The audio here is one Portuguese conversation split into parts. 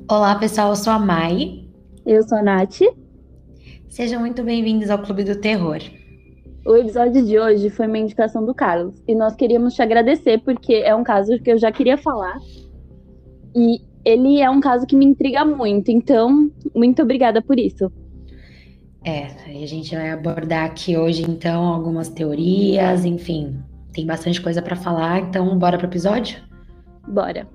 Olá, pessoal, eu sou a Mai. Eu sou a Nath. Sejam muito bem-vindos ao Clube do Terror. O episódio de hoje foi uma indicação do Carlos e nós queríamos te agradecer porque é um caso que eu já queria falar e ele é um caso que me intriga muito, então muito obrigada por isso. Aí a gente vai abordar aqui hoje, então, algumas teorias, enfim, tem bastante coisa para falar, então bora pro episódio? Bora.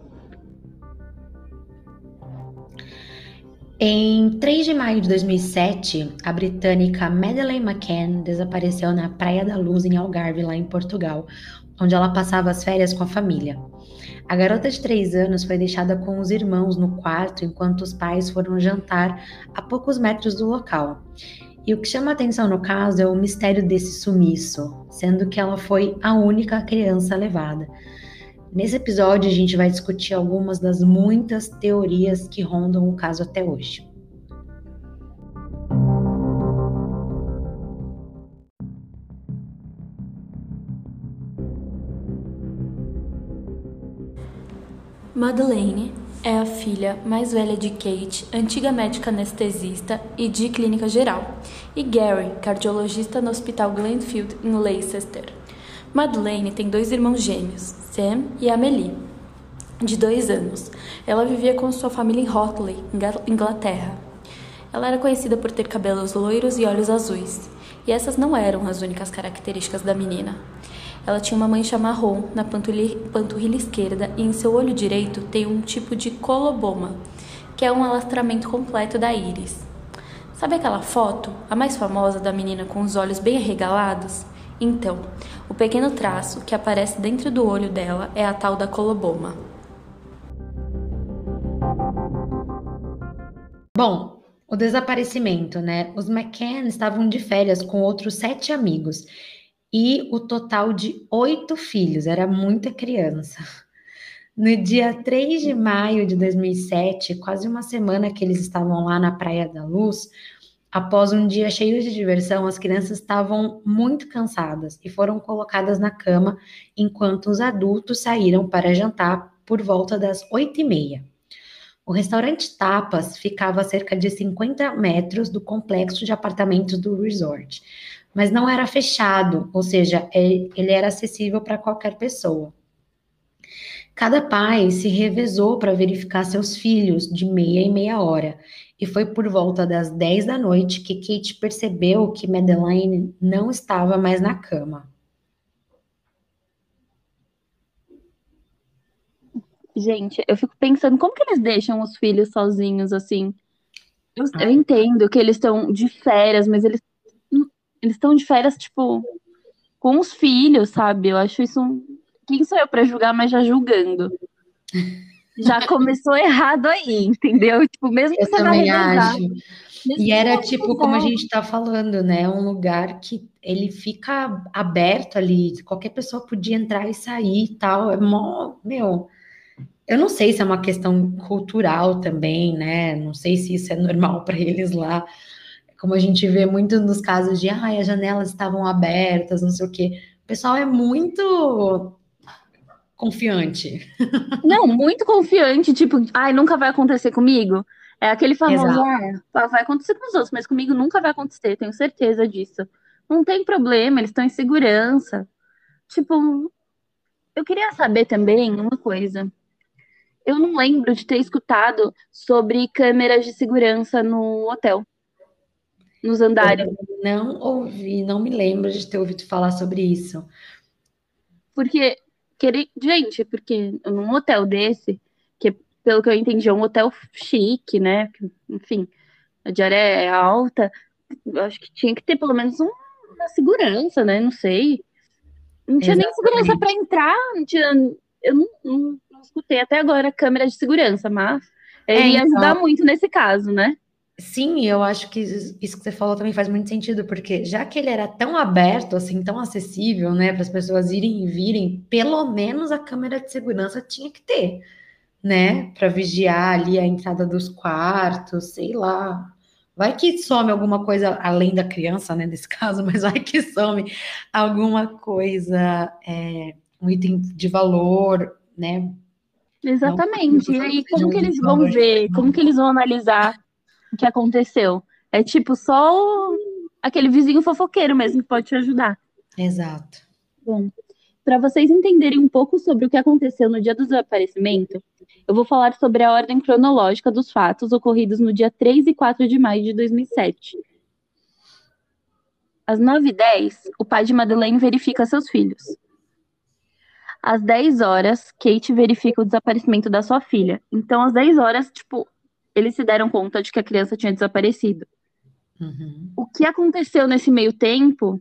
Em 3 de maio de 2007, a britânica Madeleine McCann desapareceu na Praia da Luz, em Algarve, lá em Portugal, onde ela passava as férias com a família. A garota de 3 anos foi deixada com os irmãos no quarto enquanto os pais foram jantar a poucos metros do local. E o que chama atenção no caso é o mistério desse sumiço, sendo que ela foi a única criança levada. Nesse episódio, a gente vai discutir algumas das muitas teorias que rondam o caso até hoje. Madeleine é a filha mais velha de Kate, antiga médica anestesista e de clínica geral, e Gary, cardiologista no Hospital Glenfield, em Leicester. Madeleine tem dois irmãos gêmeos, Sam e Amelie, de 2 anos. Ela vivia com sua família em Hotley, Inglaterra. Ela era conhecida por ter cabelos loiros e olhos azuis, e essas não eram as únicas características da menina. Ela tinha uma mancha marrom na panturrilha esquerda e em seu olho direito tem um tipo de coloboma, que é um alastramento completo da íris. Sabe aquela foto, a mais famosa da menina com os olhos bem arregalados? Então, o pequeno traço que aparece dentro do olho dela é a tal da coloboma. Bom, o desaparecimento, né? Os McCann estavam de férias com outros 7 amigos e o total de 8 filhos, era muita criança. No dia 3 de maio de 2007, quase uma semana que eles estavam lá na Praia da Luz, após um dia cheio de diversão, as crianças estavam muito cansadas e foram colocadas na cama enquanto os adultos saíram para jantar por volta das 8h30. O restaurante Tapas ficava a cerca de 50 metros do complexo de apartamentos do resort, mas não era fechado, ou seja, ele era acessível para qualquer pessoa. Cada pai se revezou para verificar seus filhos de meia em meia hora, e foi por volta das 10 da noite que Kate percebeu que Madeleine não estava mais na cama. Gente, eu fico pensando como que eles deixam os filhos sozinhos assim. Eu entendo que eles estão de férias, mas eles estão de férias tipo com os filhos, sabe? Eu acho isso quem sou eu pra julgar, mas já julgando. Já começou errado aí, entendeu? Tipo, mesmo que Eu você vá também revezar, acho. mesmo E que você era vá tipo, como a revezar. gente está falando, né? Um lugar que ele fica aberto ali, qualquer pessoa podia entrar e sair e tal. Meu, eu não sei se é uma questão cultural também, né? Não sei se isso é normal para eles lá. Como a gente vê muito nos casos de, as janelas estavam abertas, não sei o quê. O pessoal é muito confiante. Não, muito confiante, tipo, ai, nunca vai acontecer comigo. É aquele famoso, Exato. vai acontecer com os outros, mas comigo nunca vai acontecer, tenho certeza disso. Não tem problema, eles estão em segurança. Tipo, eu queria saber também uma coisa. Eu não lembro de ter escutado sobre câmeras de segurança no hotel, nos Eu andares. também não ouvi, não me lembro de ter ouvido falar sobre isso. Porque, gente, porque num hotel desse, que pelo que eu entendi é um hotel chique, né? Enfim, a diária é alta, eu acho que tinha que ter pelo menos uma segurança, né? Não sei. Não tinha nem segurança para Exatamente. entrar, não tinha. Eu não escutei até agora câmera de segurança, mas É, iria ajudar então, muito nesse caso, né? sim, eu acho que isso que você falou também faz muito sentido, porque já que ele era tão aberto, assim, tão acessível, né, para as pessoas irem e virem, pelo menos a câmera de segurança tinha que ter, né, para vigiar ali a entrada dos quartos, sei lá. Vai que some alguma coisa além da criança, né, nesse caso, mas vai que some alguma coisa, um item de valor, né? Não que Exatamente. E você aí, seja como um que eles vão influencer. ver? Como que eles vão analisar o que aconteceu? É tipo só aquele vizinho fofoqueiro mesmo que pode te ajudar. Exato. Bom, para vocês entenderem um pouco sobre o que aconteceu no dia do desaparecimento, eu vou falar sobre a ordem cronológica dos fatos ocorridos no dia 3 e 4 de maio de 2007. Às 9h10, o pai de Madeleine verifica seus filhos. Às 10 horas, Kate verifica o desaparecimento da sua filha. Então, às 10 horas, tipo, eles se deram conta de que a criança tinha desaparecido. Uhum. O que aconteceu nesse meio tempo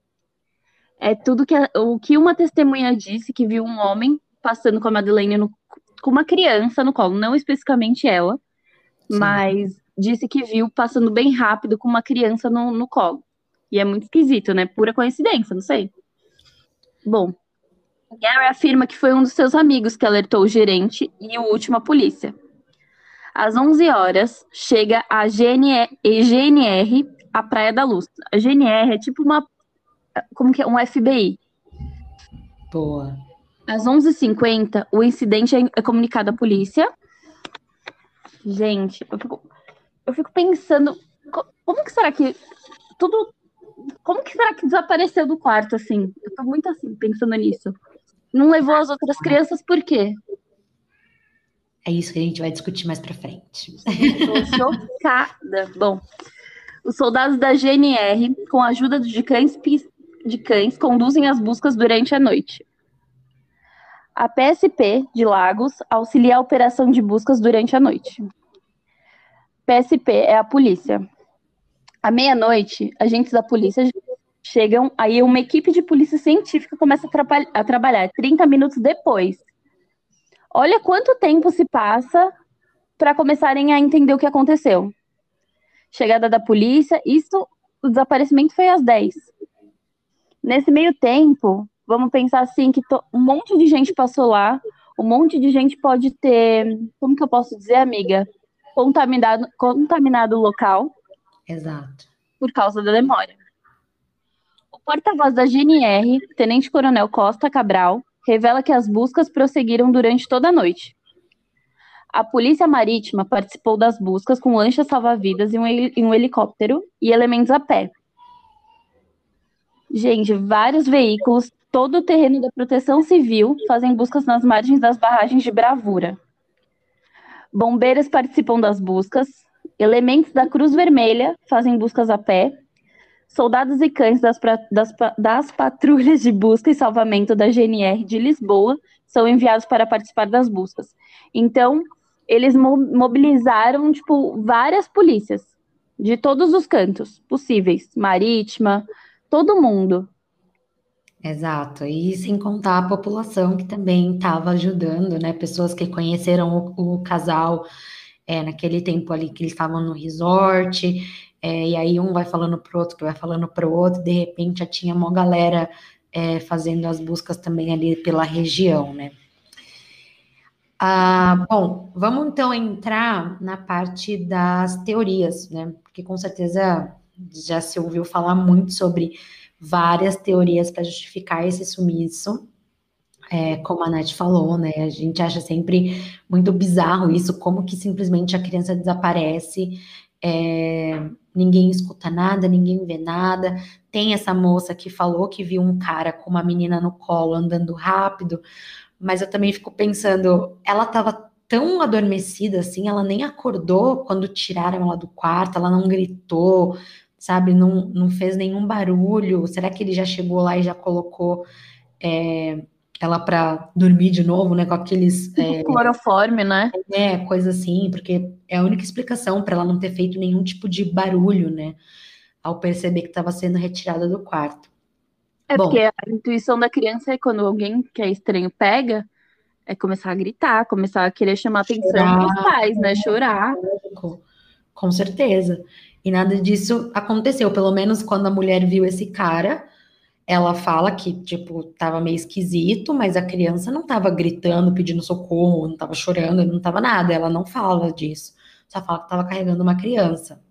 é tudo o que uma testemunha disse, que viu um homem passando com a Madeleine com uma criança no colo, não especificamente ela, Sim. mas disse que viu passando bem rápido com uma criança no colo. E é muito esquisito, né? Pura coincidência, não sei. Bom, Gary afirma que foi um dos seus amigos que alertou o gerente e o último a polícia. Às 11 horas, chega a GNR à Praia da Luz. A GNR é tipo como que é? Um FBI. Boa. Às 11h50, o incidente é comunicado à polícia. Gente, eu fico pensando, como que será que tudo... Como que será que desapareceu do quarto, assim? Eu tô muito assim, pensando nisso. Não levou as outras crianças por quê? É isso que a gente vai discutir mais pra frente. Tô chocada. Bom, os soldados da GNR, com a ajuda de cães, conduzem as buscas durante a noite. A PSP de Lagos auxilia a operação de buscas durante a noite. PSP é a polícia. À meia-noite, agentes da polícia chegam, aí uma equipe de polícia científica começa a trabalhar 30 minutos depois. Olha quanto tempo se passa para começarem a entender o que aconteceu. Chegada da polícia, o desaparecimento foi às 10. Nesse meio tempo, vamos pensar assim, que um monte de gente passou lá, um monte de gente pode ter, como que eu posso dizer, amiga? Contaminado o local Exato. por causa da demora. O porta-voz da GNR, Tenente Coronel Costa Cabral, revela que as buscas prosseguiram durante toda a noite. A Polícia Marítima participou das buscas com lanchas salva-vidas e um helicóptero e elementos a pé. Gente, vários veículos, todo o terreno da Proteção Civil fazem buscas nas margens das barragens de Bravura. Bombeiros participam das buscas, elementos da Cruz Vermelha fazem buscas a pé, soldados e cães das patrulhas de busca e salvamento da GNR de Lisboa são enviados para participar das buscas. Então, eles mobilizaram, tipo, várias polícias de todos os cantos possíveis, marítima, todo mundo. Exato. E sem contar a população que também estava ajudando, né? Pessoas que conheceram o casal naquele tempo ali que eles estavam no resort, e aí um vai falando pro outro, que vai falando pro outro, de repente já tinha uma galera fazendo as buscas também ali pela região, né? Bom, vamos então entrar na parte das teorias, né? Porque com certeza já se ouviu falar muito sobre várias teorias para justificar esse sumiço. Como a Nath falou, né? A gente acha sempre muito bizarro isso, como que simplesmente a criança desaparece, ninguém escuta nada, ninguém vê nada. Tem essa moça que falou que viu um cara com uma menina no colo andando rápido, mas eu também fico pensando, ela estava tão adormecida assim, ela nem acordou quando tiraram ela do quarto, ela não gritou, sabe? Não fez nenhum barulho. Será que ele já chegou lá e já colocou ela para dormir de novo, né? Com aqueles Clorofórmio, né? coisa assim, porque é a única explicação para ela não ter feito nenhum tipo de barulho, né? Ao perceber que estava sendo retirada do quarto. Bom, Porque a intuição da criança é quando alguém que é estranho pega, é começar a gritar, começar a querer chamar atenção dos chorar, pais, né? Chorar. com certeza. E nada disso aconteceu, pelo menos quando a mulher viu esse cara, ela fala que, tipo, tava meio esquisito, mas a criança não tava gritando, pedindo socorro, não tava chorando, não tava nada, ela não fala disso. Só fala que tava carregando uma criança.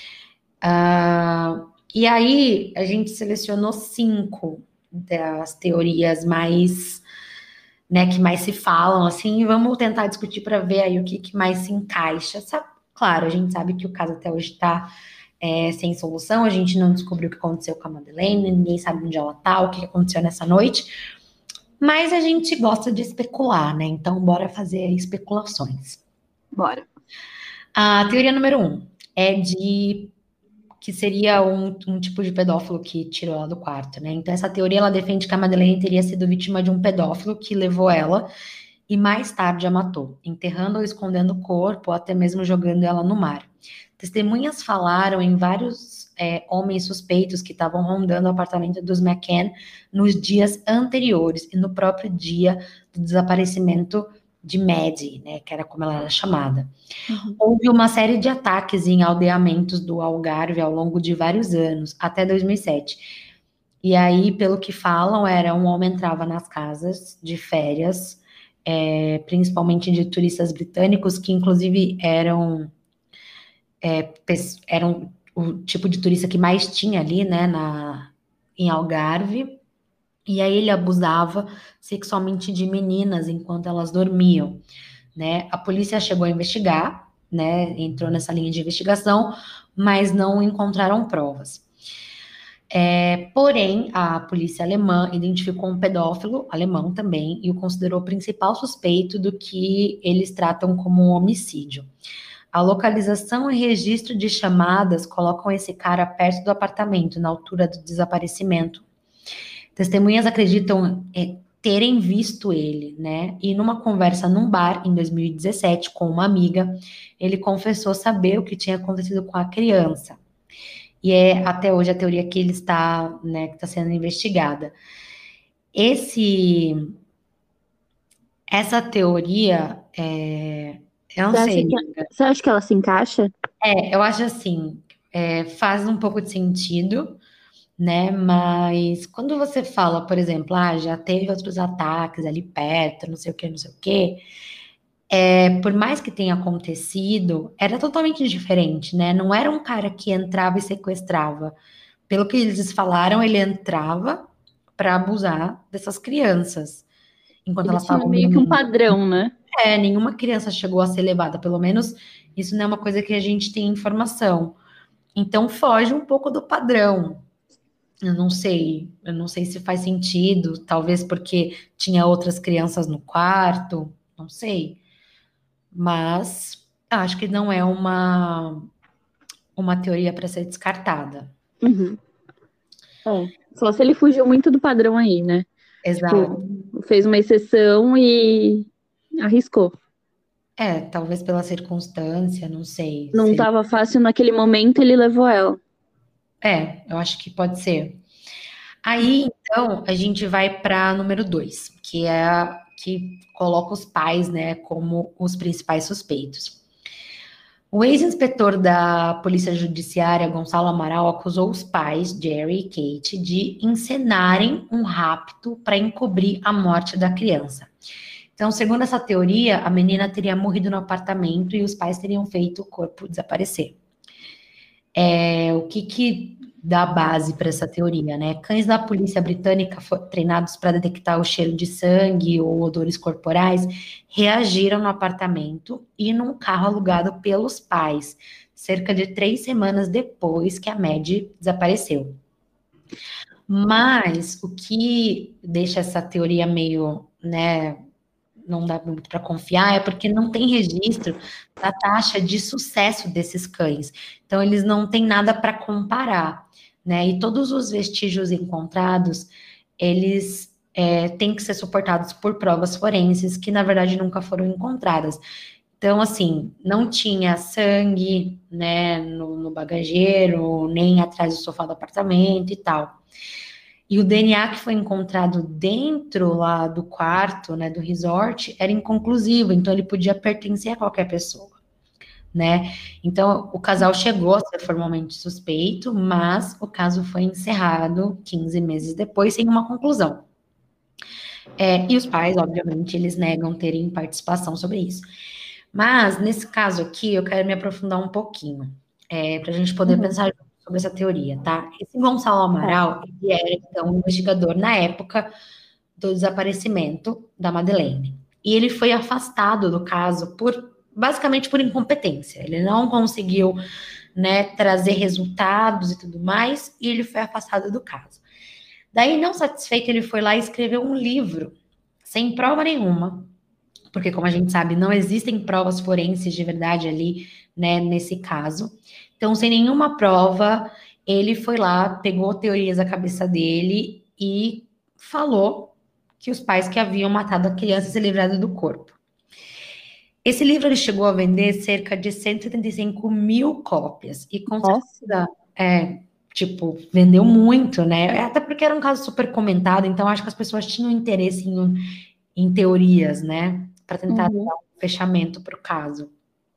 E aí, a gente selecionou 5 das teorias mais né, que mais se falam, assim, e vamos tentar discutir para ver aí o que mais se encaixa. Claro, a gente sabe que o caso até hoje está sem solução, a gente não descobriu o que aconteceu com a Madeleine, ninguém sabe onde ela está, o que aconteceu nessa noite, mas a gente gosta de especular, né? Então, bora fazer especulações. Bora. A teoria número 1 é que seria um tipo de pedófilo que tirou ela do quarto, né? Então, essa teoria, ela defende que a Madeleine teria sido vítima de um pedófilo que levou ela e mais tarde a matou, enterrando ou escondendo o corpo, ou até mesmo jogando ela no mar. Testemunhas falaram em vários homens suspeitos que estavam rondando o apartamento dos McCann nos dias anteriores e no próprio dia do desaparecimento de Maddie, né, que era como ela era chamada. Houve uma série de ataques em aldeamentos do Algarve ao longo de vários anos, até 2007. E aí, pelo que falam, um homem entrava nas casas de férias, principalmente de turistas britânicos, que inclusive eram o tipo de turista que mais tinha ali, né, em Algarve. E aí ele abusava sexualmente de meninas enquanto elas dormiam, né? A polícia chegou a investigar, né? Entrou nessa linha de investigação, mas não encontraram provas. Porém, a polícia alemã identificou um pedófilo alemão também e o considerou o principal suspeito do que eles tratam como um homicídio. A localização e registro de chamadas colocam esse cara perto do apartamento, na altura do desaparecimento. Testemunhas acreditam terem visto ele, né? E numa conversa num bar em 2017 com uma amiga, ele confessou saber o que tinha acontecido com a criança. E até hoje a teoria que ele está, né, que está sendo investigada. Essa teoria, eu não sei. Você acha que ela se encaixa? Eu acho assim, faz um pouco de sentido, né? Mas quando você fala, por exemplo, já teve outros ataques ali perto, não sei o que, por mais que tenha acontecido, era totalmente diferente, né? Não era um cara que entrava e sequestrava. Pelo que eles falaram, ele entrava para abusar dessas crianças, enquanto elas estavam meio que um padrão, né? Nenhuma criança chegou a ser levada, pelo menos isso não é uma coisa que a gente tem informação. Então foge um pouco do padrão. Eu não sei se faz sentido, talvez porque tinha outras crianças no quarto, não sei. Mas acho que não é uma teoria para ser descartada. Uhum. Só se ele fugiu muito do padrão aí, né? Exato. Tipo, fez uma exceção e arriscou. Talvez pela circunstância, não sei. Não estava fácil naquele momento, ele levou ela. Eu acho que pode ser. Aí, então, a gente vai para número 2, que é a que coloca os pais, né, como os principais suspeitos. O ex-inspetor da Polícia Judiciária, Gonçalo Amaral, acusou os pais, Jerry e Kate, de encenarem um rapto para encobrir a morte da criança. Então, segundo essa teoria, a menina teria morrido no apartamento e os pais teriam feito o corpo desaparecer. O que dá base para essa teoria, né? Cães da polícia britânica treinados para detectar o cheiro de sangue ou odores corporais reagiram no apartamento e num carro alugado pelos pais, cerca de 3 semanas depois que a Maddie desapareceu. Mas o que deixa essa teoria meio, né, não dá muito para confiar, é porque não tem registro da taxa de sucesso desses cães. Então, eles não têm nada para comparar, né? E todos os vestígios encontrados, eles têm que ser suportados por provas forenses, que na verdade nunca foram encontradas. Então, assim, não tinha sangue, né, no bagageiro, nem atrás do sofá do apartamento e tal. E o DNA que foi encontrado dentro lá do quarto, né, do resort, era inconclusivo, então ele podia pertencer a qualquer pessoa, né? Então, o casal chegou a ser formalmente suspeito, mas o caso foi encerrado 15 meses depois, sem uma conclusão. E os pais, obviamente, eles negam terem participação sobre isso. Mas, nesse caso aqui, eu quero me aprofundar um pouquinho, para a gente poder pensar sobre essa teoria, tá? Esse Gonçalo Amaral, ele era, então, um investigador na época do desaparecimento da Madeleine. E ele foi afastado do caso basicamente por incompetência. Ele não conseguiu, né, trazer resultados e tudo mais, e ele foi afastado do caso. Daí, não satisfeito, ele foi lá e escreveu um livro, sem prova nenhuma, porque, como a gente sabe, não existem provas forenses de verdade ali, né, nesse caso. Então, sem nenhuma prova, ele foi lá, pegou teorias da cabeça dele e falou que os pais que haviam matado a criança se livrado do corpo. Esse livro ele chegou a vender cerca de 175 mil cópias. E com certeza, tipo, vendeu muito, né? Até porque era um caso super comentado, então acho que as pessoas tinham interesse em teorias, né? Para tentar dar um fechamento para o caso.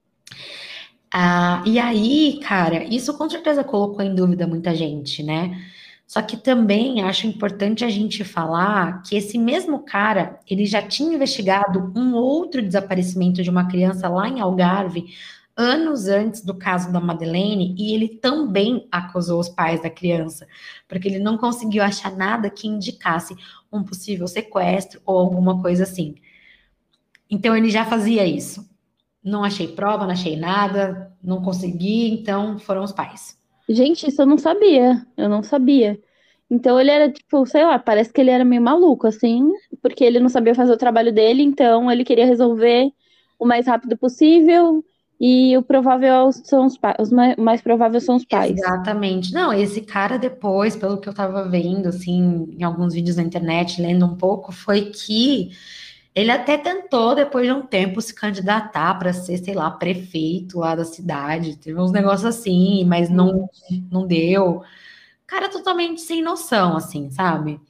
E aí, cara, isso com certeza colocou em dúvida muita gente, né? Só que também acho importante a gente falar que esse mesmo cara, ele já tinha investigado um outro desaparecimento de uma criança lá em Algarve, anos antes do caso da Madeleine, e ele também acusou os pais da criança, porque ele não conseguiu achar nada que indicasse um possível sequestro ou alguma coisa assim. Então ele já fazia isso. Não achei prova, não achei nada, não consegui, então foram os pais. Gente, isso eu não sabia. Então ele era, tipo, sei lá, parece que ele era meio maluco, assim, porque ele não sabia fazer o trabalho dele, então ele queria resolver o mais rápido possível, e o provável são os pais, mais prováveis são os pais. Exatamente. Não, esse cara depois, pelo que eu tava vendo, assim, em alguns vídeos na internet, lendo um pouco, foi que ele até tentou, depois de um tempo, se candidatar para ser, sei lá, prefeito lá da cidade. Teve uns negócios assim, mas não deu. Cara totalmente sem noção, assim, sabe?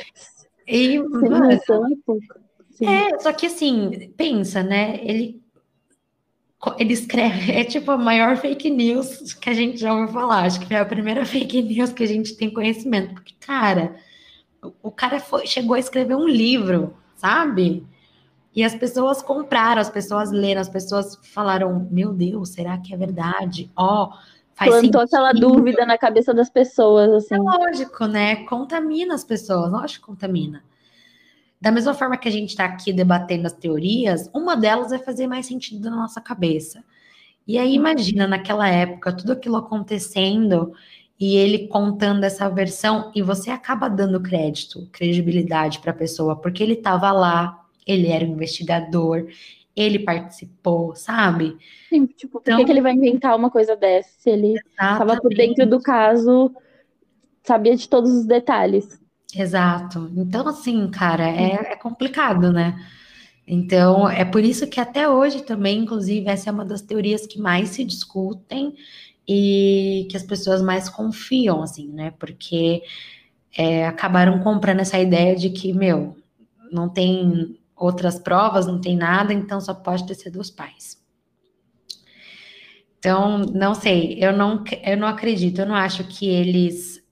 E, Sem noção é pouco. Sim. só que assim, pensa, né? Ele escreve, é tipo a maior fake news que a gente já ouviu falar. Acho que é a primeira fake news que a gente tem conhecimento. Porque, cara, o cara chegou a escrever um livro, sabe? E as pessoas compraram, as pessoas leram, as pessoas falaram: Meu Deus, será que é verdade? Faz Plantou aquela sentido. dúvida na cabeça das pessoas, assim. Lógico, né? Contamina as pessoas, lógico que contamina. Da mesma forma que a gente está aqui debatendo as teorias, uma delas vai fazer mais sentido na nossa cabeça. E aí, imagina, naquela época, tudo aquilo acontecendo e ele contando essa versão, e você acaba dando crédito, credibilidade para a pessoa, porque ele estava lá, ele era um investigador, ele participou, sabe? Sim, tipo, por que ele vai inventar uma coisa dessa se ele estava por dentro do caso, sabia de todos os detalhes? Exato. Então, assim, cara, é complicado, né? Então, é por isso que até hoje também, inclusive, essa é uma das teorias que mais se discutem e que as pessoas mais confiam, assim, né? Porque acabaram comprando essa ideia de que, meu, não tem outras provas, não tem nada, então só pode ter sido os pais. Então, não sei, eu não acredito, eu não acho que eles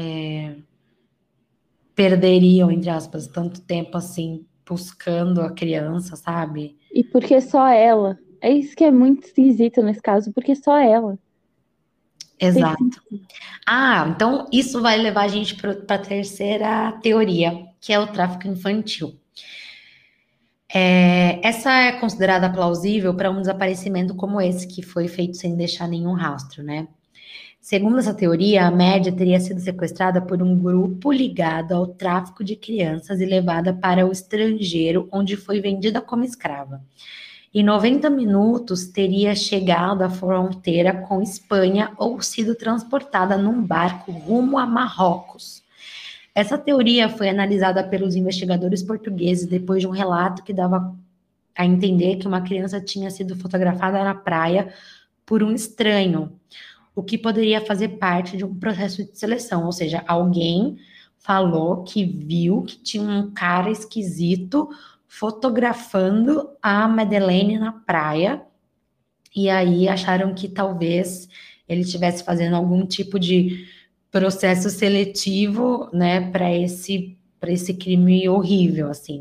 perderiam, entre aspas, tanto tempo assim buscando a criança, sabe? E porque só ela. É isso que é muito esquisito nesse caso, porque só ela. Exato. Então isso vai levar a gente para a terceira teoria, que é o tráfico infantil. Essa é considerada plausível para um desaparecimento como esse, que foi feito sem deixar nenhum rastro, né? Segundo essa teoria, a média teria sido sequestrada por um grupo ligado ao tráfico de crianças e levada para o estrangeiro, onde foi vendida como escrava. Em 90 minutos, teria chegado à fronteira com Espanha ou sido transportada num barco rumo a Marrocos. Essa teoria foi analisada pelos investigadores portugueses depois de um relato que dava a entender que uma criança tinha sido fotografada na praia por um estranho, o que poderia fazer parte de um processo de seleção, ou seja, alguém falou que viu que tinha um cara esquisito fotografando a Madeleine na praia, e aí acharam que talvez ele estivesse fazendo algum tipo de processo seletivo, né, para esse crime horrível, assim.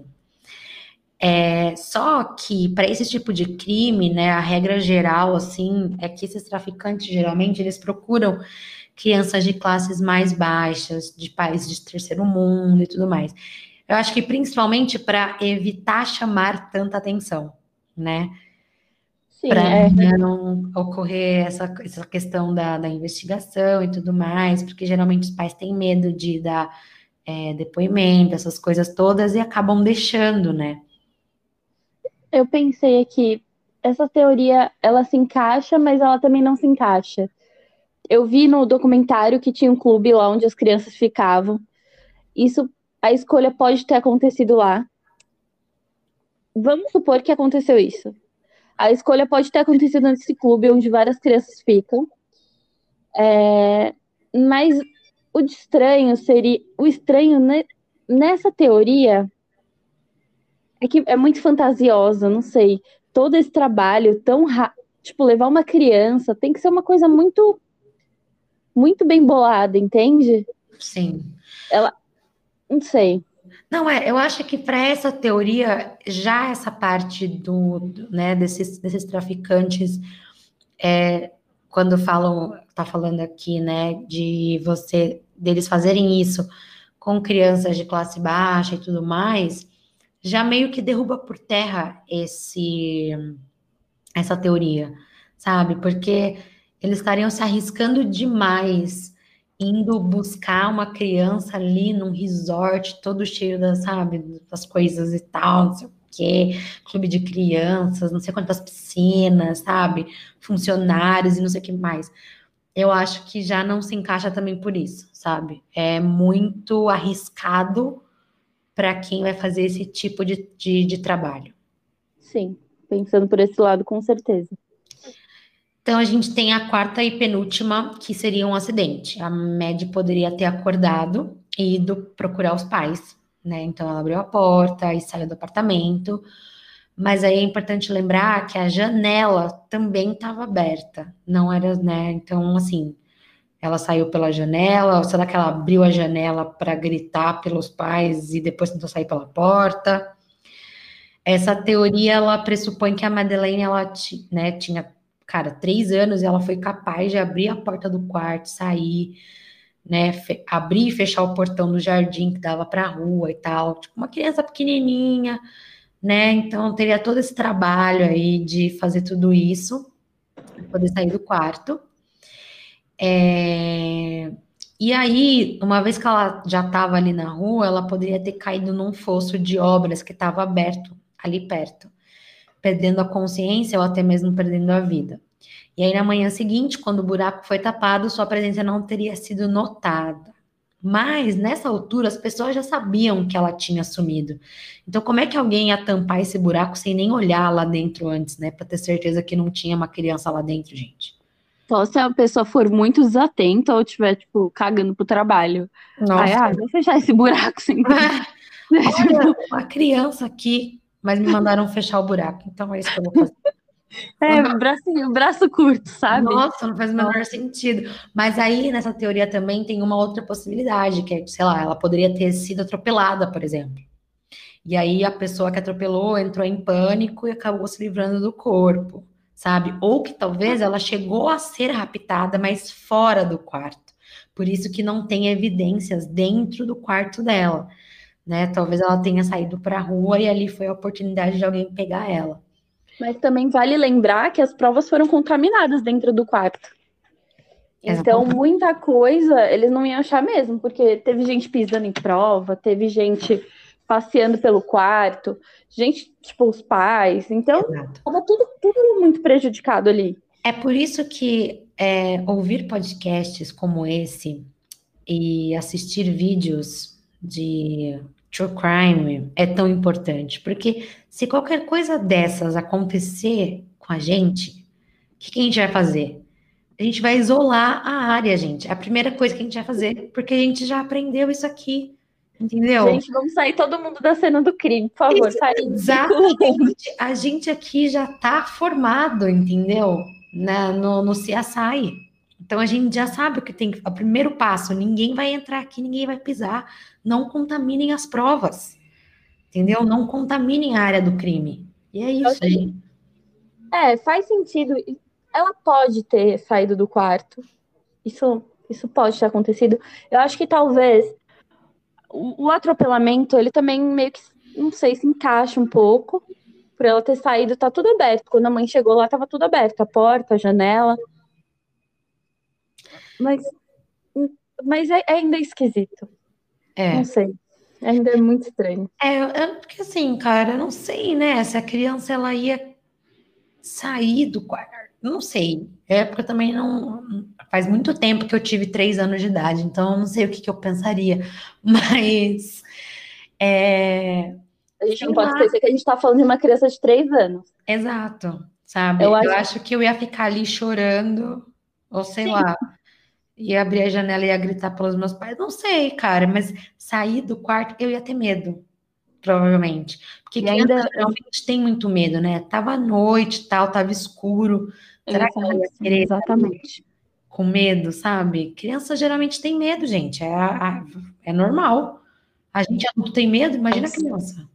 Só que para esse tipo de crime, né, a regra geral, assim, é que esses traficantes, geralmente, eles procuram crianças de classes mais baixas, de países de terceiro mundo e tudo mais. Eu acho que principalmente para evitar chamar tanta atenção, né? Sim, Para é. não ocorrer essa questão da investigação e tudo mais, porque geralmente os pais têm medo de dar depoimento, essas coisas todas, e acabam deixando, né? Eu pensei aqui, essa teoria, ela se encaixa, mas ela também não se encaixa. Eu vi no documentário que tinha um clube lá onde as crianças ficavam. Isso, a escolha pode ter acontecido lá. Vamos supor que aconteceu isso. A escolha pode ter acontecido nesse clube onde várias crianças ficam. Mas o de estranho seria. O estranho nessa teoria é que é muito fantasiosa, não sei. Todo esse trabalho tão. Tipo, levar uma criança tem que ser uma coisa muito, muito bem bolada, entende? Sim. Ela. Não sei. Não, eu acho que para essa teoria, já essa parte né, desses traficantes, quando tá falando aqui, né, deles fazerem isso com crianças de classe baixa e tudo mais, já meio que derruba por terra essa teoria, sabe? Porque eles estariam se arriscando demais indo buscar uma criança ali num resort todo cheio sabe, das coisas e tal, não sei o quê, clube de crianças, não sei quantas piscinas, sabe? Funcionários e não sei o que mais. Eu acho que já não se encaixa também por isso, sabe? É muito arriscado para quem vai fazer esse tipo de trabalho. Sim, pensando por esse lado, com certeza. Então, a gente tem a quarta e penúltima, que seria um acidente. A Mad poderia ter acordado e ido procurar os pais, né? Então, ela abriu a porta e saiu do apartamento. Mas aí é importante lembrar que a janela também estava aberta. Não era, né? Então, assim, ela saiu pela janela, ou será que ela abriu a janela para gritar pelos pais e depois tentou sair pela porta? Essa teoria, ela pressupõe que a Madeleine, né, tinha, cara, 3 anos e ela foi capaz de abrir a porta do quarto, sair, né, abrir e fechar o portão do jardim que dava para a rua e tal. Tipo, uma criança pequenininha, né, então teria todo esse trabalho aí de fazer tudo isso, pra poder sair do quarto. E aí, uma vez que ela já estava ali na rua, ela poderia ter caído num fosso de obras que estava aberto ali perto, perdendo a consciência ou até mesmo perdendo a vida. E aí, na manhã seguinte, quando o buraco foi tapado, sua presença não teria sido notada. Mas, nessa altura, as pessoas já sabiam que ela tinha sumido. Então, como é que alguém ia tampar esse buraco sem nem olhar lá dentro antes, né? Para ter certeza que não tinha uma criança lá dentro, gente. Só se a pessoa for muito desatenta ou estiver, tipo, cagando pro trabalho. Aí, Nossa, vou fechar esse buraco sem. olha, uma criança aqui, mas me mandaram fechar o buraco. Então, é isso que eu vou fazer. Braço curto, sabe? Nossa, não faz o menor sentido. Mas aí, nessa teoria também tem uma outra possibilidade, que é, sei lá, ela poderia ter sido atropelada, por exemplo. E aí a pessoa que atropelou entrou em pânico e acabou se livrando do corpo, sabe? Ou que talvez ela chegou a ser raptada, mas fora do quarto. Por isso que não tem evidências dentro do quarto dela, né? Talvez ela tenha saído para a rua e ali foi a oportunidade de alguém pegar ela. Mas também vale lembrar que as provas foram contaminadas dentro do quarto. Então, Exatamente. muita coisa eles não iam achar mesmo, porque teve gente pisando em prova, teve gente passeando pelo quarto, gente, tipo, os pais. Então, Exato. tava tudo muito prejudicado ali. É por isso que ouvir podcasts como esse e assistir vídeos de true crime é tão importante, porque se qualquer coisa dessas acontecer com a gente, o que a gente vai fazer? A gente vai isolar a área, gente. É a primeira coisa que a gente vai fazer, porque a gente já aprendeu isso aqui, entendeu? Gente, vamos sair todo mundo da cena do crime, por favor, sai circulando. Exatamente. A gente aqui já está formado, entendeu? No CSI. Então a gente já sabe o que tem que. O primeiro passo: ninguém vai entrar aqui, ninguém vai pisar. Não contaminem as provas, entendeu? Não contaminem a área do crime. E é isso, gente. Faz sentido. Ela pode ter saído do quarto. Isso pode ter acontecido. Eu acho que talvez O atropelamento, ele também meio que, não sei, se encaixa um pouco. Por ela ter saído, tá tudo aberto. Quando a mãe chegou lá, tava tudo aberto. A porta, a janela. Mas, mas é ainda esquisito. Não É. sei. Ainda é muito estranho. Porque assim, cara, eu não sei, né? Se a criança ela ia sair do quarto, não sei. É porque eu também não. Faz muito tempo que eu tive 3 anos de idade, então eu não sei o que eu pensaria. Mas, A gente sei não pode lá, esquecer que a gente tá falando de uma criança de 3 anos. exato, Eu sabe? Eu acho. acho que eu ia ficar ali chorando, ou sei Sim. lá, ia abrir a janela e ia gritar pelos meus pais, não sei, cara, mas sair do quarto eu ia ter medo. Provavelmente. Porque E criança ainda. geralmente tem muito medo, né? Tava à noite e tal, tava escuro. Será que ela ia Sim, querer exatamente. com medo, sabe? Criança geralmente tem medo, gente. É normal. A gente adulto tem medo, imagina a criança.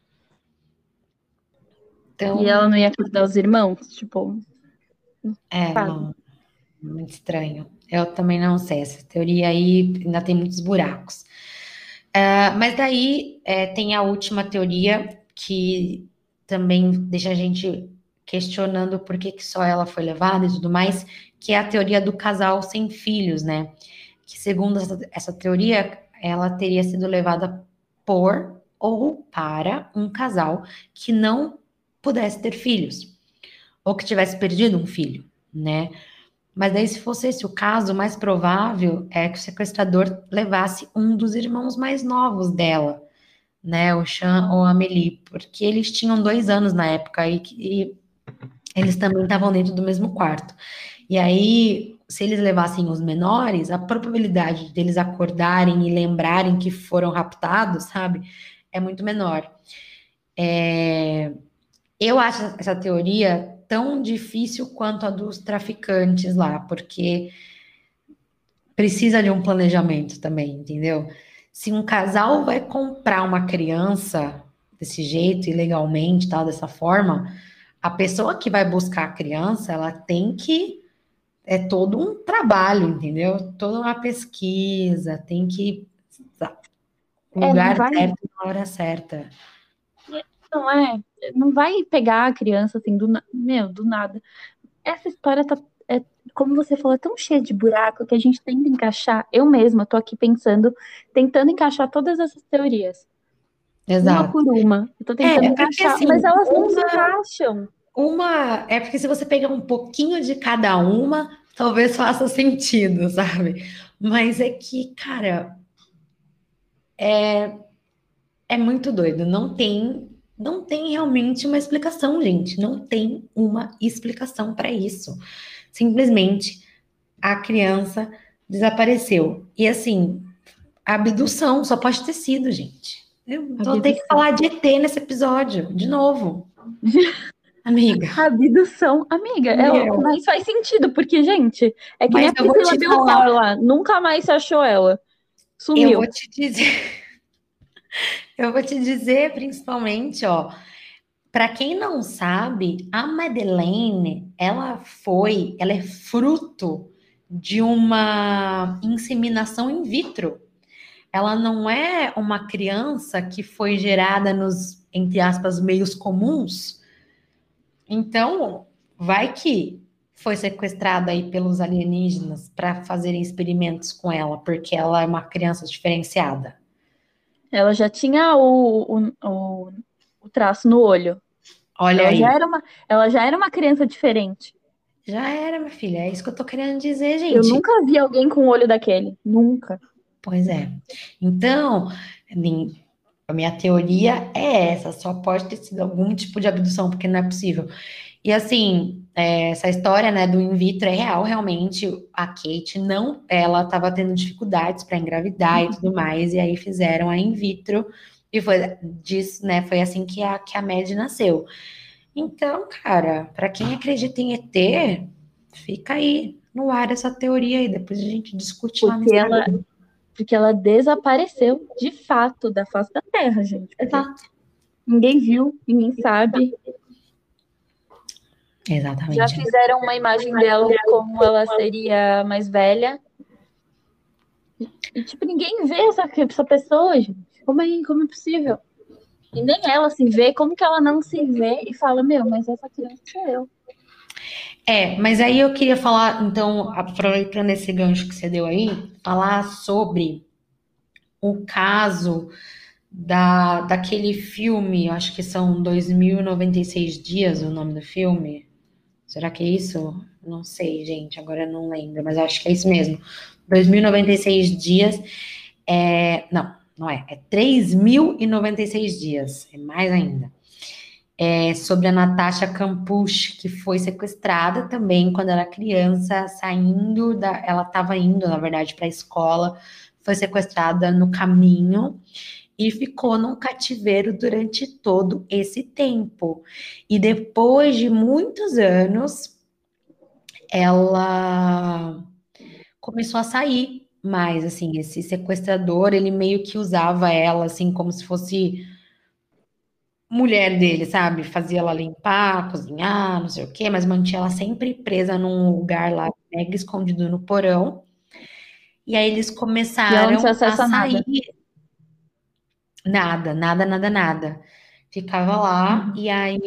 E Então, ela não ia acordar os irmãos? Tipo, sabe? não, muito estranho. Eu também não sei. Essa teoria aí ainda tem muitos buracos. Mas daí tem a última teoria que também deixa a gente questionando por que só ela foi levada e tudo mais, que é a teoria do casal sem filhos, né? Que segundo essa teoria, ela teria sido levada por ou para um casal que não pudesse ter filhos, ou que tivesse perdido um filho, né? Mas daí, se fosse esse o caso, o mais provável é que o sequestrador levasse um dos irmãos mais novos dela, né? O Sean ou a Amélie, porque eles tinham 2 anos na época e eles também estavam dentro do mesmo quarto. E aí, se eles levassem os menores, a probabilidade deles acordarem e lembrarem que foram raptados, sabe, é muito menor. Eu acho essa teoria tão difícil quanto a dos traficantes lá, porque precisa de um planejamento também, entendeu? Se um casal vai comprar uma criança desse jeito, ilegalmente, tal, dessa forma, a pessoa que vai buscar a criança, ela tem que é todo um trabalho, entendeu? Toda uma pesquisa, tem que É, não lugar vai. certo na hora certa. Não é. Não vai pegar a criança assim, do nada. Essa história tá, é, como você falou, é tão cheia de buraco que a gente tenta encaixar. Eu mesma tô aqui pensando, tentando encaixar todas essas teorias, uma Exato. por uma. Eu tô tentando Porque encaixar, assim, mas elas não se encaixam. é porque se você pegar um pouquinho de cada uma, talvez faça sentido, sabe? Mas é que, cara, é muito doido. Não tem realmente uma explicação, gente. Não tem uma explicação para isso. Simplesmente a criança desapareceu. E assim, a abdução só pode ter sido, gente. Eu vou ter que Abdução. falar de ET nesse episódio, de novo. Amiga, Abdução, amiga, é o que meu, mais faz sentido, porque, gente, é que nem mas a eu vou Priscila te falar, Belfort lá, nunca mais se achou ela. eu vou Sumiu. te dizer, eu vou te dizer principalmente, ó, para quem não sabe, a Madeleine, ela é fruto de uma inseminação in vitro. Ela não é uma criança que foi gerada nos, entre aspas, meios comuns. Então, vai que foi sequestrada aí pelos alienígenas para fazerem experimentos com ela, porque ela é uma criança diferenciada. Ela já tinha o traço no olho. Olha Ela aí. ela já era uma criança diferente. Já era, minha filha. É isso que eu tô querendo dizer, Eu gente. nunca vi alguém com o olho daquele. Nunca. Pois é. Então, a minha teoria é essa, só pode ter sido algum tipo de abdução, porque não é possível. E assim, essa história, né, do in vitro é real, realmente. A Kate não, ela estava tendo dificuldades para engravidar e tudo mais, e aí fizeram a in vitro, e foi disso, né, foi assim que a Mad nasceu. Então, cara, para quem acredita em ET, fica aí no ar essa teoria aí, depois a gente discute lá no Porque ela, Instagram. porque ela desapareceu de fato da face da Terra, gente. Porque Exato. ninguém viu, ninguém sabe. Já Exatamente. fizeram uma imagem dela como ela seria mais velha. E, tipo, ninguém vê essa pessoa, gente. Como é possível? E nem ela se vê, como que ela não se vê e fala, meu, mas essa criança sou eu. Mas aí eu queria falar, então, aproveitando esse gancho que você deu aí, falar sobre o caso daquele filme, acho que são 2096 dias o nome do filme. Será que é isso? Não sei, gente, agora eu não lembro, mas acho que é isso mesmo. 2096 dias. Não é. É 3096 dias. É mais ainda. É sobre a Natasha Campusch, que foi sequestrada também quando era criança, ela estava indo, na verdade, para a escola, foi sequestrada no caminho e ficou num cativeiro durante todo esse tempo. E depois de muitos anos, ela começou a sair mais, assim, esse sequestrador, ele meio que usava ela, assim, como se fosse mulher dele, sabe? Fazia ela limpar, cozinhar, não sei o quê, mas mantinha ela sempre presa num lugar lá, mega escondido no porão. E aí eles E ela não tinha começaram a acesso a sair, nada. nada, nada, nada, nada. Ficava lá, Uhum. e aí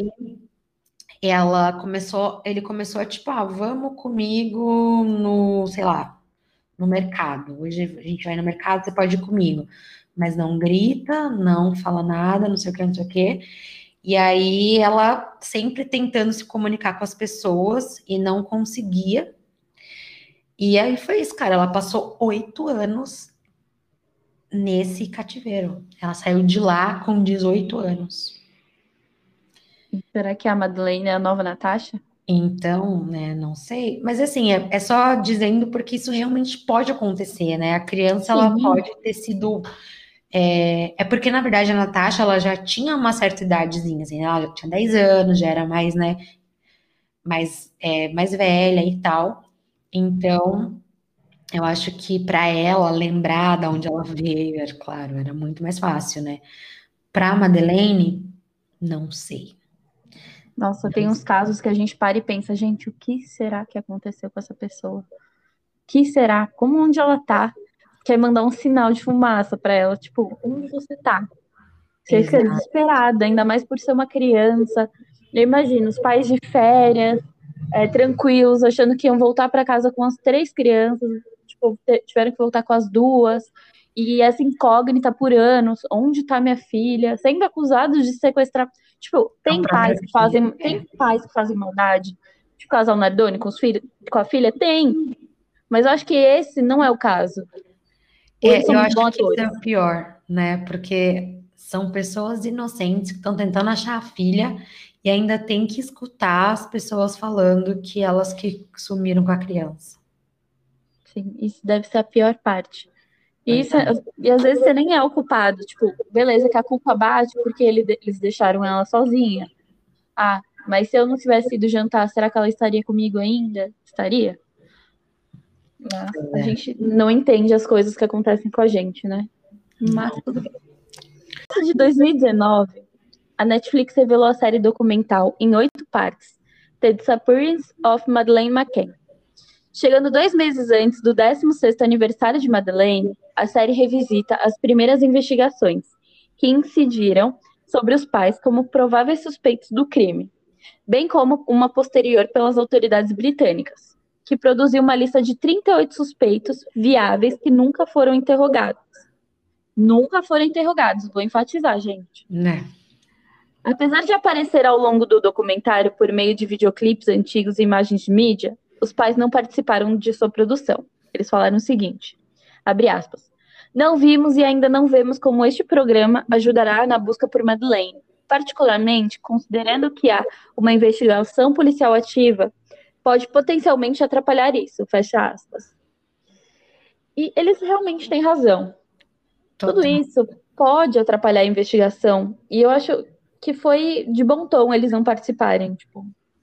ele começou a tipo, vamos comigo no, sei lá, no mercado. Hoje a gente vai no mercado, você pode ir comigo. Mas não grita, não fala nada, não sei o que, não sei o que. E aí ela sempre tentando se comunicar com as pessoas e não conseguia. E aí foi isso, cara. Ela passou 8 anos nesse cativeiro. Ela saiu de lá com 18 anos. E será que a Madeleine é a nova Natasha? Então, né, não sei. Mas assim, é só dizendo porque isso realmente pode acontecer, né? A criança, ela Sim. pode ter sido. É porque, na verdade, a Natasha, ela já tinha uma certa idadezinha, assim, ela já tinha 10 anos, já era mais, né, mais velha e tal. Então, eu acho que para ela lembrar de onde ela veio, claro, era muito mais fácil, né? Para Madeleine, não sei. Nossa, tem Não uns sei. casos que a gente para e pensa, gente, o que será que aconteceu com essa pessoa? O que será? Como onde ela tá? Quer mandar um sinal de fumaça pra ela, tipo, onde você tá? Você fica Exato. desesperada, ainda mais por ser uma criança. Eu imagino os pais de férias, tranquilos, achando que iam voltar para casa com as 3 crianças, tipo, tiveram que voltar com as 2. E essa incógnita por anos, onde tá minha filha, sendo acusados de sequestrar. Tipo, A própria filha. tem pais que fazem maldade. Tipo, o casal Nardoni com os filhos, com a filha, tem. Mas eu acho que esse não é o caso. Ou eles são Eu muito acho bons que isso é atores. o pior, né? Porque são pessoas inocentes que estão tentando achar a filha e ainda tem que escutar as pessoas falando que elas que sumiram com a criança. Sim, isso deve ser a pior parte. E, Pois isso, é. e às vezes você nem é o culpado. Tipo, beleza que a culpa bate porque eles deixaram ela sozinha. Ah, mas se eu não tivesse ido jantar, será que ela estaria comigo ainda? Estaria? Mas Pois a é. gente não entende as coisas que acontecem com a gente, né? Mas Não. tudo bem. De 2019, a Netflix revelou a série documental em 8 partes, The Disappearance of Madeleine McCann. Chegando 2 meses antes do 16º aniversário de Madeleine, a série revisita as primeiras investigações, que incidiram sobre os pais como prováveis suspeitos do crime, bem como uma posterior pelas autoridades britânicas, que produziu uma lista de 38 suspeitos viáveis que nunca foram interrogados. Nunca foram interrogados, vou enfatizar, gente. Né? Apesar de aparecer ao longo do documentário por meio de videoclipes antigos e imagens de mídia, os pais não participaram de sua produção. Eles falaram o seguinte, abre aspas, não vimos e ainda não vemos como este programa ajudará na busca por Madeleine, particularmente considerando que há uma investigação policial ativa, pode potencialmente atrapalhar isso, fecha aspas. E eles realmente têm razão. Tudo Total. isso pode atrapalhar a investigação. E eu acho que foi de bom tom eles não participarem. Tipo,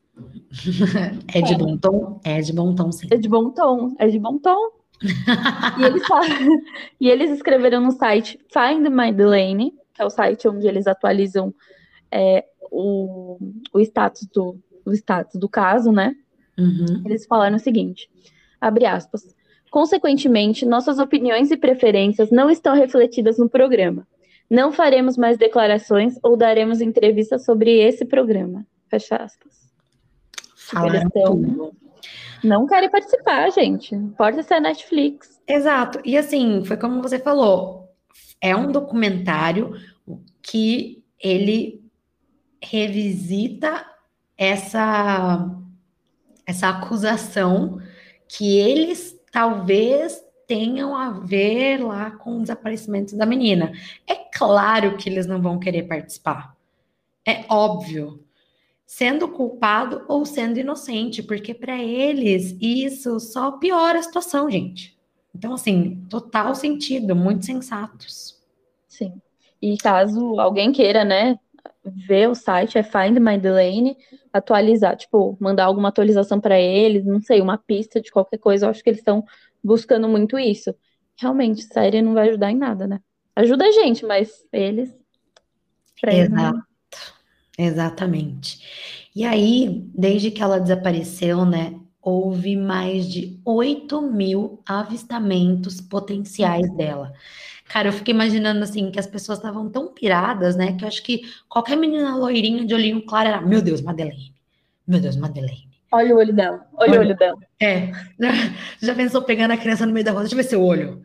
É de bom tom? É de bom tom, sim. é de bom tom, é de bom tom. E eles, e eles escreveram no site Find Madeleine, que é o site onde eles atualizam o status do caso, né? Uhum. Eles falaram o seguinte, abre aspas, Consequentemente, nossas opiniões e preferências não estão refletidas no programa. Não faremos mais declarações ou daremos entrevistas sobre esse programa. Fecha aspas. Tipo, eles Falaram tudo. não querem participar, gente. Não importa se é Netflix. Exato. E assim, foi como você falou, é um documentário que ele revisita essa acusação que eles talvez tenham a ver lá com o desaparecimento da menina. É claro que eles não vão querer participar. É óbvio. Sendo culpado ou sendo inocente, porque para eles isso só piora a situação, gente. Então, assim, total sentido, muito sensatos. Sim. E caso alguém queira, né, ver o site, é Find Madeleine, atualizar, tipo, mandar alguma atualização para eles, não sei, uma pista de qualquer coisa, eu acho que eles estão buscando muito isso. Realmente, série não vai ajudar em nada, né? Ajuda a gente, mas eles, pra eles Exato, não. exatamente. E aí, desde que ela desapareceu, né, houve mais de 8.000 avistamentos potenciais dela. Cara, eu fico imaginando assim que as pessoas estavam tão piradas, né? Que eu acho que qualquer menina loirinha de olhinho claro era, meu Deus, Madeleine. Meu Deus, Madeleine. Olha o olho dela, olha o Olha, olho dela. é, já pensou pegando a criança no meio da rua? Deixa eu ver seu olho.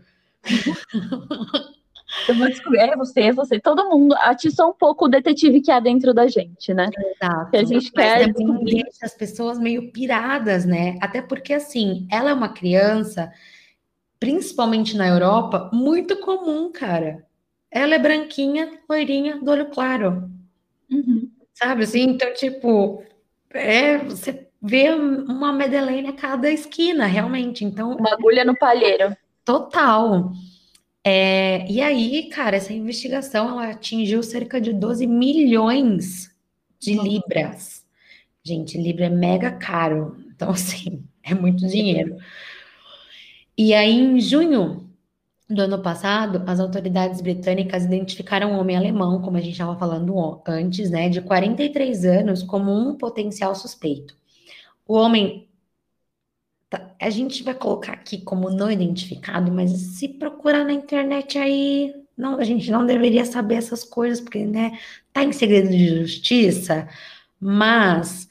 Eu vou descobrir, é você, todo mundo atiçou um pouco o detetive que há dentro da gente, né? Que a Exato. gente Mas quer também descobrir. deixa as pessoas meio piradas, né? Até porque, assim, ela é uma criança, principalmente na Europa, muito comum, cara. Ela é branquinha, loirinha, do olho claro. Uhum. Sabe assim? Então, tipo, você vê uma Madeleine a cada esquina, realmente. Então, Uma agulha no palheiro. total. E aí, cara, essa investigação ela atingiu cerca de 12 milhões de Nossa. libras. Gente, libra é mega caro. Então, assim, é muito dinheiro. E aí, em junho do ano passado, as autoridades britânicas identificaram um homem alemão, como a gente estava falando antes, né, de 43 anos, como um potencial suspeito. O homem, a gente vai colocar aqui como não identificado, mas se procurar na internet aí, não, a gente não deveria saber essas coisas, porque, né, tá em segredo de justiça, mas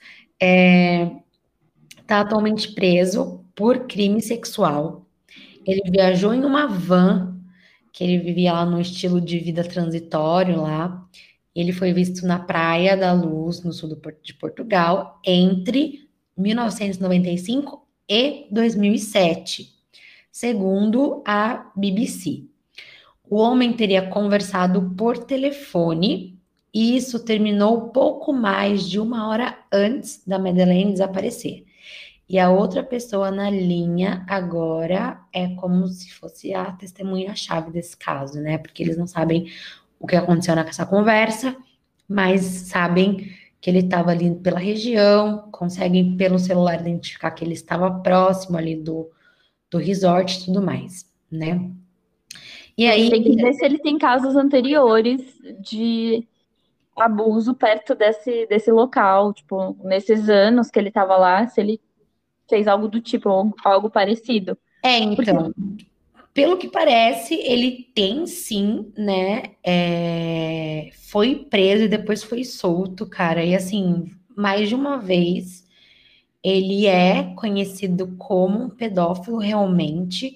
tá atualmente preso por crime sexual. Ele viajou em uma van, que ele vivia lá no estilo de vida transitório lá. Ele foi visto na Praia da Luz, no sul de Portugal, entre 1995 e 2007, segundo a BBC. O homem teria conversado por telefone e isso terminou pouco mais de uma hora antes da Madeleine desaparecer. E a outra pessoa na linha agora é como se fosse a testemunha-chave desse caso, né? Porque eles não sabem o que aconteceu nessa conversa, mas sabem que ele estava ali pela região, conseguem pelo celular identificar que ele estava próximo ali do resort e tudo mais, né? E E aí aí, tem que ver se ele tem casos anteriores de abuso perto desse local, tipo, nesses anos que ele estava lá, se ele fez algo do tipo, ou algo parecido. Porque então, pelo que parece, ele tem sim, né? Foi preso e depois foi solto, cara. E assim, mais de uma vez, ele é conhecido como um pedófilo realmente.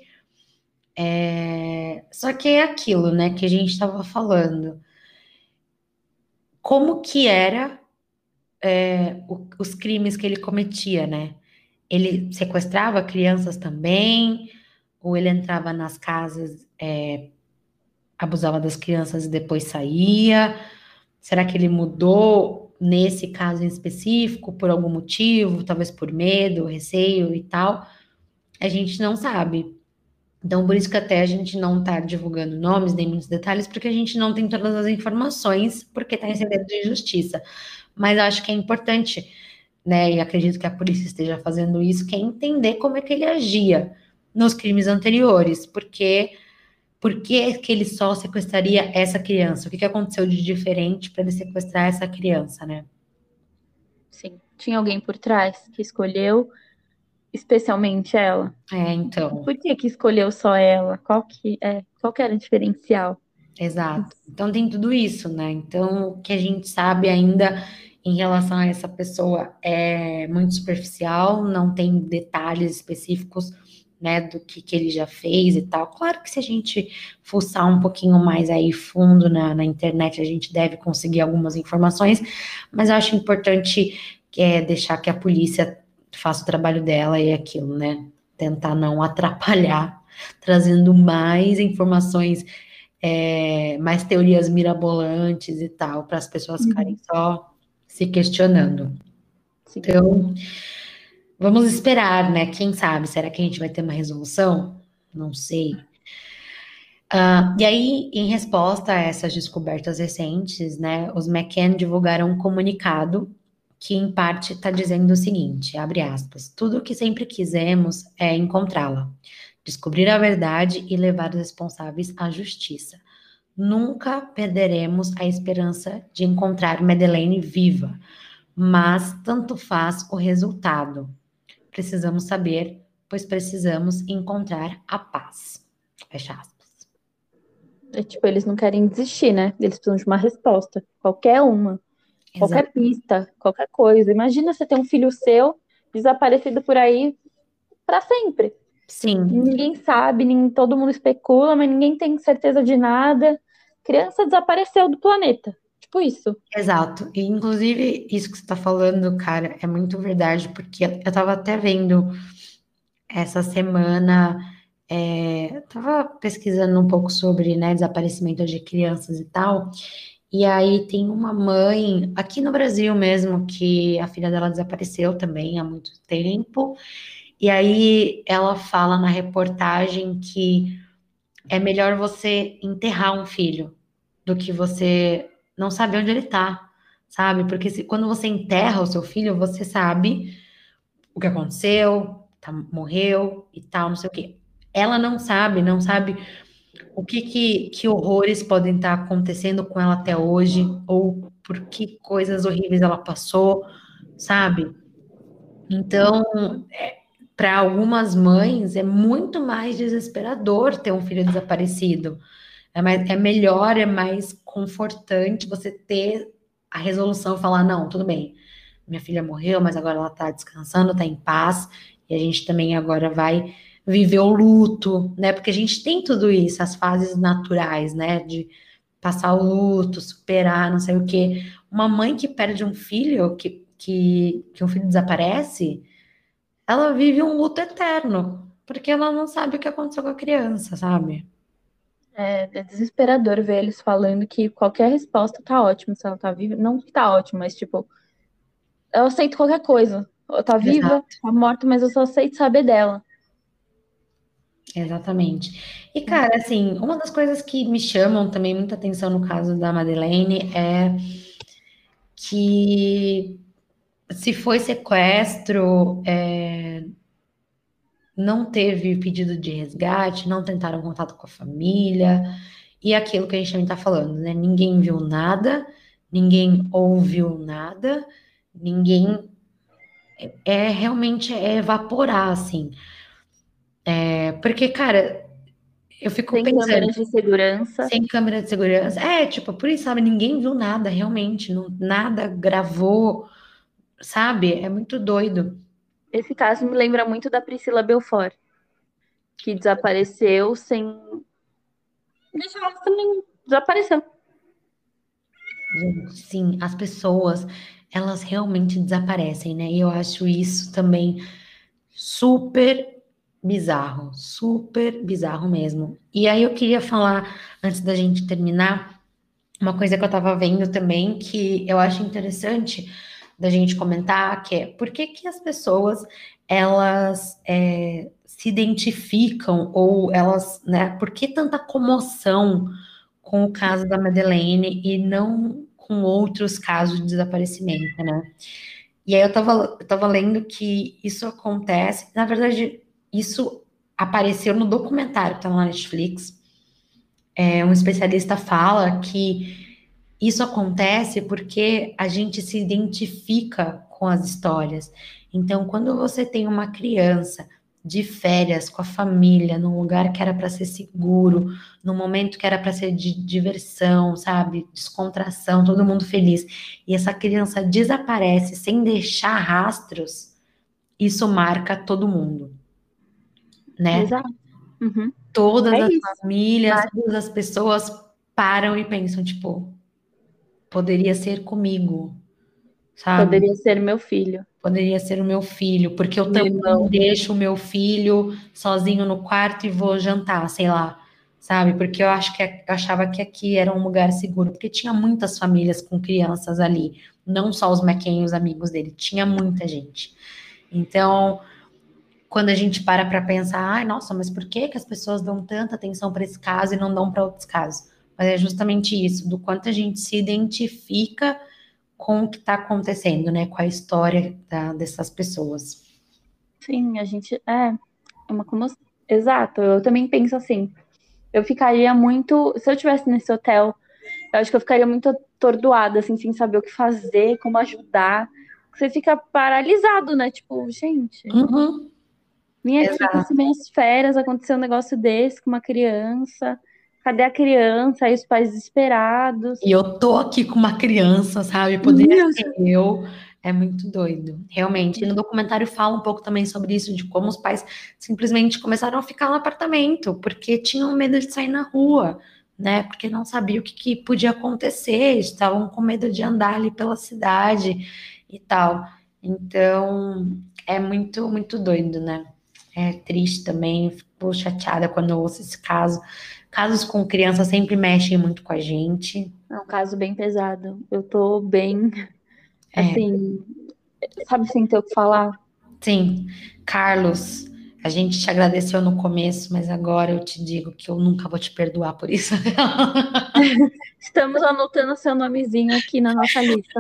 Só que é aquilo, né, que a gente estava falando. Como que era os crimes que ele cometia, né? Ele sequestrava crianças também, ou ele entrava nas casas, abusava das crianças e depois saía? Será que ele mudou nesse caso em específico por algum motivo, talvez por medo, receio e tal? A gente não sabe. Então, por isso que até a gente não está divulgando nomes nem muitos detalhes, porque a gente não tem todas as informações, porque está em segredo de justiça. Mas acho que é importante, né? E acredito que a polícia esteja fazendo isso, que é entender como é que ele agia nos crimes anteriores, porque por que ele só sequestraria essa criança? O que aconteceu de diferente para ele sequestrar essa criança, né? sim, tinha alguém por trás que escolheu. especialmente ela? Então, Por que que escolheu só ela? Qual que era o diferencial? exato. Então tem tudo isso, né? Então, o que a gente sabe ainda em relação a essa pessoa é muito superficial, não tem detalhes específicos, né, do que ele já fez e tal. Claro que se a gente fuçar um pouquinho mais aí fundo na internet, a gente deve conseguir algumas informações, mas eu acho importante deixar que a polícia faça o trabalho dela e aquilo, né? Tentar não atrapalhar, trazendo mais informações mais teorias mirabolantes e tal, para as pessoas ficarem Uhum. só se questionando. Sim. Então, vamos esperar, né? Quem sabe? Será que a gente vai ter uma resolução? Não sei. E aí, em resposta a essas descobertas recentes, né, os McCann divulgaram um comunicado que, em parte, está dizendo o seguinte, abre aspas, tudo o que sempre quisemos é encontrá-la, descobrir a verdade e levar os responsáveis à justiça. Nunca perderemos a esperança de encontrar Madeleine viva, mas tanto faz o resultado. Precisamos saber, pois precisamos encontrar a paz. Fecha aspas. Tipo, eles não querem desistir, né? Eles precisam de uma resposta. Qualquer uma. Exato. Qualquer pista, qualquer coisa. Imagina você ter um filho seu desaparecido por aí para sempre. Sim, Ninguém sabe, todo mundo especula, mas ninguém tem certeza de nada. Criança desapareceu do planeta. Tipo isso. exato. E, inclusive, isso que você está falando, cara, é muito verdade, porque eu estava até vendo essa semana, estava pesquisando um pouco sobre, né, desaparecimento de crianças e tal, e aí tem uma mãe, aqui no Brasil mesmo, que a filha dela desapareceu também há muito tempo, e aí ela fala na reportagem que é melhor você enterrar um filho do que você não saber onde ele tá, sabe? Porque quando você enterra o seu filho, você sabe o que aconteceu, morreu e tal, não sei o quê. Ela não sabe o que horrores podem estar acontecendo com ela até hoje, ou por que coisas horríveis ela passou, sabe? Então, para algumas mães, é muito mais desesperador ter um filho desaparecido. É melhor, é mais confortante você ter a resolução, falar, não, tudo bem, minha filha morreu, mas agora ela tá descansando, tá em paz, e a gente também agora vai viver o luto, né? Porque a gente tem tudo isso, as fases naturais, né? De passar o luto, superar, não sei o quê. Uma mãe que perde um filho, que um filho desaparece, ela vive um luto eterno, porque ela não sabe o que aconteceu com a criança, sabe? É desesperador ver eles falando que qualquer resposta tá ótima se ela tá viva. Não que tá ótima, mas tipo, eu aceito qualquer coisa. Ela tá viva, Exato, tá morta, mas eu só aceito saber dela. exatamente. E, cara, assim, uma das coisas que me chamam também muita atenção no caso da Madeleine é que se foi sequestro, não teve pedido de resgate, não tentaram contato com a família, e aquilo que a gente também tá falando, né? Ninguém viu nada, ninguém ouviu nada, ninguém realmente evaporar, assim. Porque, cara, eu fico Sem pensando, câmeras de segurança. sem câmera de segurança, tipo, por isso, sabe, ninguém viu nada, realmente, nada gravou, sabe? É muito doido. Esse caso me lembra muito da Priscila Belfort, que desapareceu sem deixar rastro nenhum. Desapareceu. Gente, sim, as pessoas, elas realmente desaparecem, né? E eu acho isso também super bizarro mesmo. E aí eu queria falar, antes da gente terminar, uma coisa que eu tava vendo também, que eu acho interessante da gente comentar, que é por que que as pessoas, elas se identificam, ou elas, né, por que tanta comoção com o caso da Madeleine e não com outros casos de desaparecimento, né? E aí eu tava lendo que isso acontece, na verdade, isso apareceu no documentário que tá na Netflix. Um especialista fala que isso acontece porque a gente se identifica com as histórias. Então, quando você tem uma criança de férias com a família, num lugar que era para ser seguro, num momento que era para ser de diversão, sabe? Descontração, todo mundo feliz, e essa criança desaparece sem deixar rastros, isso marca todo mundo, né? Exato. Uhum. Todas É as isso. famílias, Mas todas as pessoas param e pensam, tipo, poderia ser comigo, sabe? poderia ser meu filho, Poderia ser o meu filho, porque eu meu também irmão. deixo o meu filho sozinho no quarto e vou jantar, sei lá, sabe? Porque eu acho que eu achava que aqui era um lugar seguro, porque tinha muitas famílias com crianças ali, não só os McKen e os amigos dele, tinha muita gente. Então, quando a gente para pensar, ai, nossa, mas por que que as pessoas dão tanta atenção para esse caso e não dão para outros casos? Mas é justamente isso, do quanto a gente se identifica com o que está acontecendo, né? Com a história dessas pessoas. Sim, a gente é uma comoção. Exato, eu também penso assim. Eu ficaria muito, se eu estivesse nesse hotel, eu acho que eu ficaria muito atordoada, assim, sem saber o que fazer, como ajudar. Você fica paralisado, né? Tipo, gente, Uhum, vim aqui com exato. essas minhas férias, aconteceu um negócio desse com uma criança. Cadê a criança? Aí os pais desesperados. E eu tô aqui com uma criança, sabe? Poderia ser Isso. eu. É muito doido, realmente. E no documentário fala um pouco também sobre isso, de como os pais simplesmente começaram a ficar no apartamento, porque tinham medo de sair na rua, né? Porque não sabiam o que podia acontecer, estavam com medo de andar ali pela cidade e tal. Então, é muito, muito doido, né? É triste também, fico chateada quando eu ouço esse caso. Casos com criança sempre mexem muito com a gente. É um caso bem pesado. Eu tô bem, É, assim, sabe, sem ter o que falar. sim, Carlos, a gente te agradeceu no começo, mas agora eu te digo que eu nunca vou te perdoar por isso. Estamos anotando seu nomezinho aqui na nossa lista.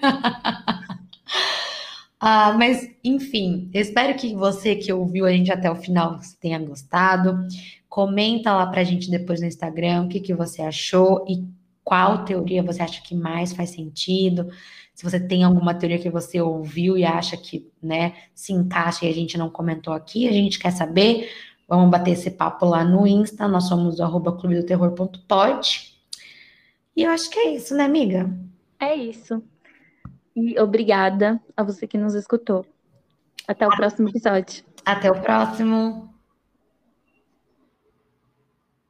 Ah, mas enfim, eu espero que você que ouviu a gente até o final você tenha gostado. Comenta lá pra gente depois no Instagram o que que você achou e qual teoria você acha que mais faz sentido. Se você tem alguma teoria que você ouviu e acha que, né, se encaixa e a gente não comentou aqui, a gente quer saber. Vamos bater esse papo lá no Insta, nós somos o @clubedoterror.pod. E eu acho que é isso, né, amiga? É isso. E obrigada a você que nos escutou. Até o próximo episódio. Até o próximo.